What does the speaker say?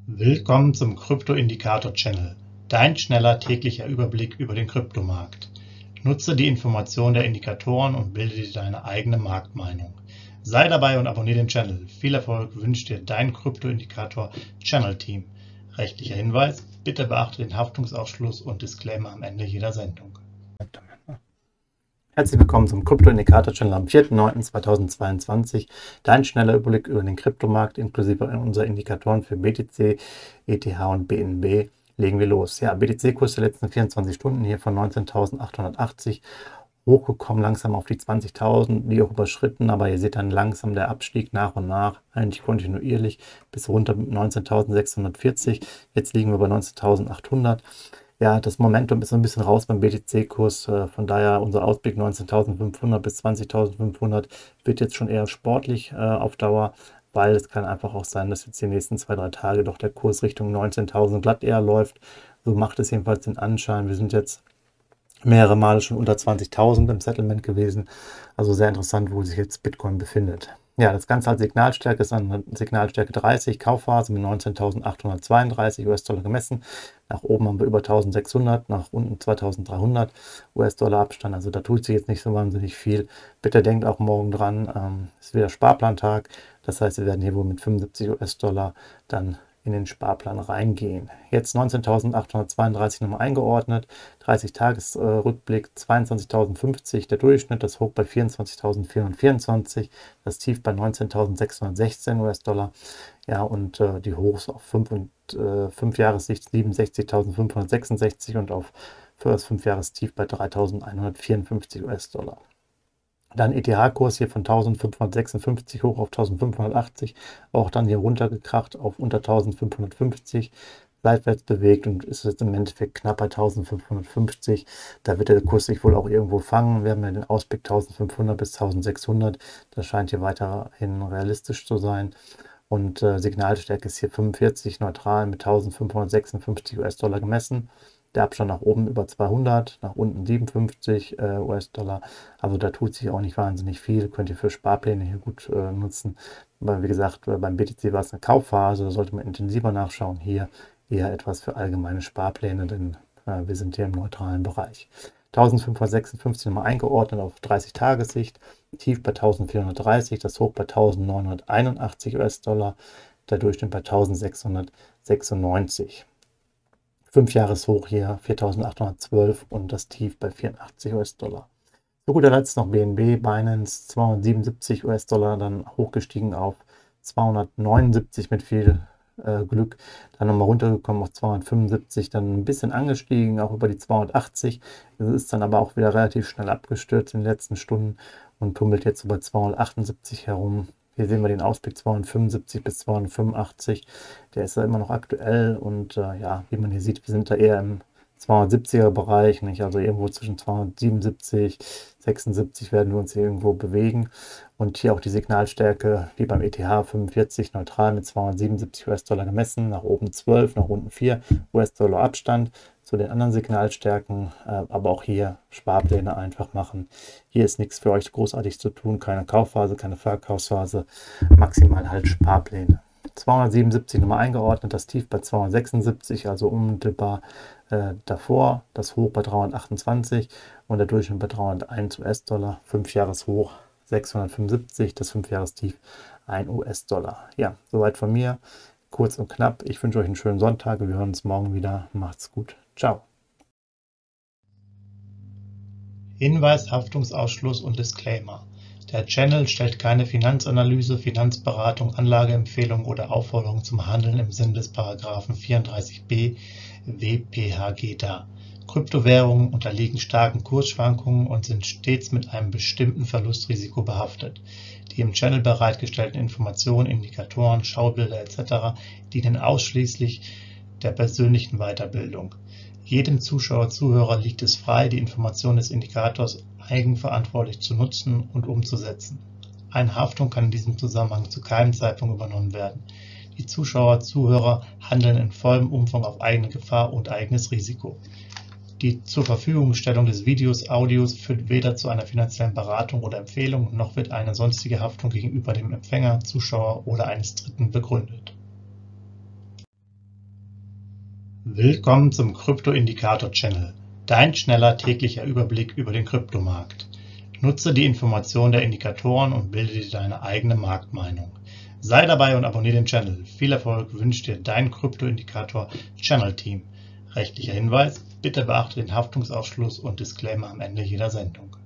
Willkommen zum Krypto-Indikator-Channel, dein schneller täglicher Überblick über den Kryptomarkt. Nutze die Informationen der Indikatoren und bilde dir deine eigene Marktmeinung. Sei dabei und abonniere den Channel. Viel Erfolg wünscht dir dein Krypto-Indikator-Channel-Team. Rechtlicher Hinweis: Bitte beachte den Haftungsausschluss und Disclaimer am Ende jeder Sendung. Herzlich willkommen zum Krypto-Indikator-Channel am 4.9.2022. Dein schneller Überblick über den Kryptomarkt inklusive unserer Indikatoren für BTC, ETH und BNB. Legen wir los. Ja, BTC-Kurs der letzten 24 Stunden hier von 19.880 hochgekommen, langsam auf die 20.000, die auch überschritten, aber ihr seht dann langsam der Abstieg nach und nach, eigentlich kontinuierlich bis runter 19.640. Jetzt liegen wir bei 19.800. Ja, das Momentum ist so ein bisschen raus beim BTC-Kurs, von daher unser Ausblick 19.500 bis 20.500 wird jetzt schon eher sportlich auf Dauer, weil es kann einfach auch sein, dass jetzt die nächsten 2-3 Tage doch der Kurs Richtung 19.000 glatt eher läuft. So macht es jedenfalls den Anschein. Wir sind jetzt mehrere Male schon unter 20.000 im Settlement gewesen, also sehr interessant, wo sich jetzt Bitcoin befindet. Ja, das Ganze als Signalstärke ist an Signalstärke 30, Kaufphase mit 19.832 US-Dollar gemessen. Nach oben haben wir über 1.600, nach unten 2.300 US-Dollar Abstand. Also da tut sich jetzt nicht so wahnsinnig viel. Bitte denkt auch morgen dran, ist wieder Sparplantag. Das heißt, wir werden hier wohl mit 75 US-Dollar dann in den Sparplan reingehen. Jetzt 19.832 nochmal eingeordnet, 30-Tages-Rückblick 22.050, der Durchschnitt, das Hoch bei 24.424, das Tief bei 19.616 US-Dollar, ja, und die Hochs auf 5 Jahressicht 67.566 und auf für das 5-Jahres-Tief bei 3.154 US-Dollar. Dann ETH-Kurs hier von 1556 hoch auf 1580, auch dann hier runtergekracht auf unter 1550, seitwärts bewegt und ist jetzt im Endeffekt knapp bei 1550. Da wird der Kurs sich wohl auch irgendwo fangen. Wir haben ja den Ausblick 1500 bis 1600. Das scheint hier weiterhin realistisch zu sein. Und Signalstärke ist hier 45, neutral mit 1556 US-Dollar gemessen. Der Abstand nach oben über 200, nach unten 57 US-Dollar. Also da tut sich auch nicht wahnsinnig viel. Könnt ihr für Sparpläne hier gut nutzen. Aber wie gesagt, beim BTC war es eine Kaufphase, da sollte man intensiver nachschauen. Hier eher etwas für allgemeine Sparpläne, denn wir sind hier im neutralen Bereich. 1556 nochmal eingeordnet auf 30-Tagessicht. Tief bei 1430, das Hoch bei 1981 US-Dollar, der Durchschnitt bei 1696. 5-Jahres-Hoch hier 4.812 und das Tief bei 84 US-Dollar. Zu guter Letzt noch BNB, Binance 277 US-Dollar, dann hochgestiegen auf 279 mit viel Glück, dann nochmal runtergekommen auf 275, dann ein bisschen angestiegen, auch über die 280. Es ist dann aber auch wieder relativ schnell abgestürzt in den letzten Stunden und tummelt jetzt über 278 herum. Hier sehen wir den Ausblick 275 bis 285. Der ist ja immer noch aktuell und ja, wie man hier sieht, wir sind da eher im 270er Bereich, nicht? Also irgendwo zwischen 277, 76 werden wir uns hier irgendwo bewegen. Und hier auch die Signalstärke, wie beim ETH 45, neutral mit 277 US-Dollar gemessen, nach oben 12, nach unten 4 US-Dollar Abstand zu den anderen Signalstärken, aber auch hier Sparpläne einfach machen. Hier ist nichts für euch großartig zu tun, keine Kaufphase, keine Verkaufsphase, maximal halt Sparpläne. 277 nochmal eingeordnet, das Tief bei 276, also unmittelbar davor, das Hoch bei 328 und der Durchschnitt bei 301 US-Dollar, 5-Jahres-Hoch 675, das 5-Jahres-Tief 1 US-Dollar. Ja, soweit von mir, kurz und knapp. Ich wünsche euch einen schönen Sonntag, wir hören uns morgen wieder. Macht's gut. Ciao. Hinweis, Haftungsausschluss und Disclaimer. Der Channel stellt keine Finanzanalyse, Finanzberatung, Anlageempfehlung oder Aufforderung zum Handeln im Sinne des Paragraphen 34b WPHG dar. Kryptowährungen unterliegen starken Kursschwankungen und sind stets mit einem bestimmten Verlustrisiko behaftet. Die im Channel bereitgestellten Informationen, Indikatoren, Schaubilder etc. dienen ausschließlich der persönlichen Weiterbildung. Jedem Zuschauer/Zuhörer liegt es frei, die Informationen des Indikators eigenverantwortlich zu nutzen und umzusetzen. Eine Haftung kann in diesem Zusammenhang zu keinem Zeitpunkt übernommen werden. Die Zuschauer/Zuhörer handeln in vollem Umfang auf eigene Gefahr und eigenes Risiko. Die Zurverfügungstellung des Videos, Audios führt weder zu einer finanziellen Beratung oder Empfehlung, noch wird eine sonstige Haftung gegenüber dem Empfänger, Zuschauer oder eines Dritten begründet. Willkommen zum Krypto-Indikator-Channel, dein schneller täglicher Überblick über den Kryptomarkt. Nutze die Informationen der Indikatoren und bilde dir deine eigene Marktmeinung. Sei dabei und abonniere den Channel. Viel Erfolg wünscht dir dein Krypto-Indikator-Channel-Team. Rechtlicher Hinweis: Bitte beachte den Haftungsausschluss und Disclaimer am Ende jeder Sendung.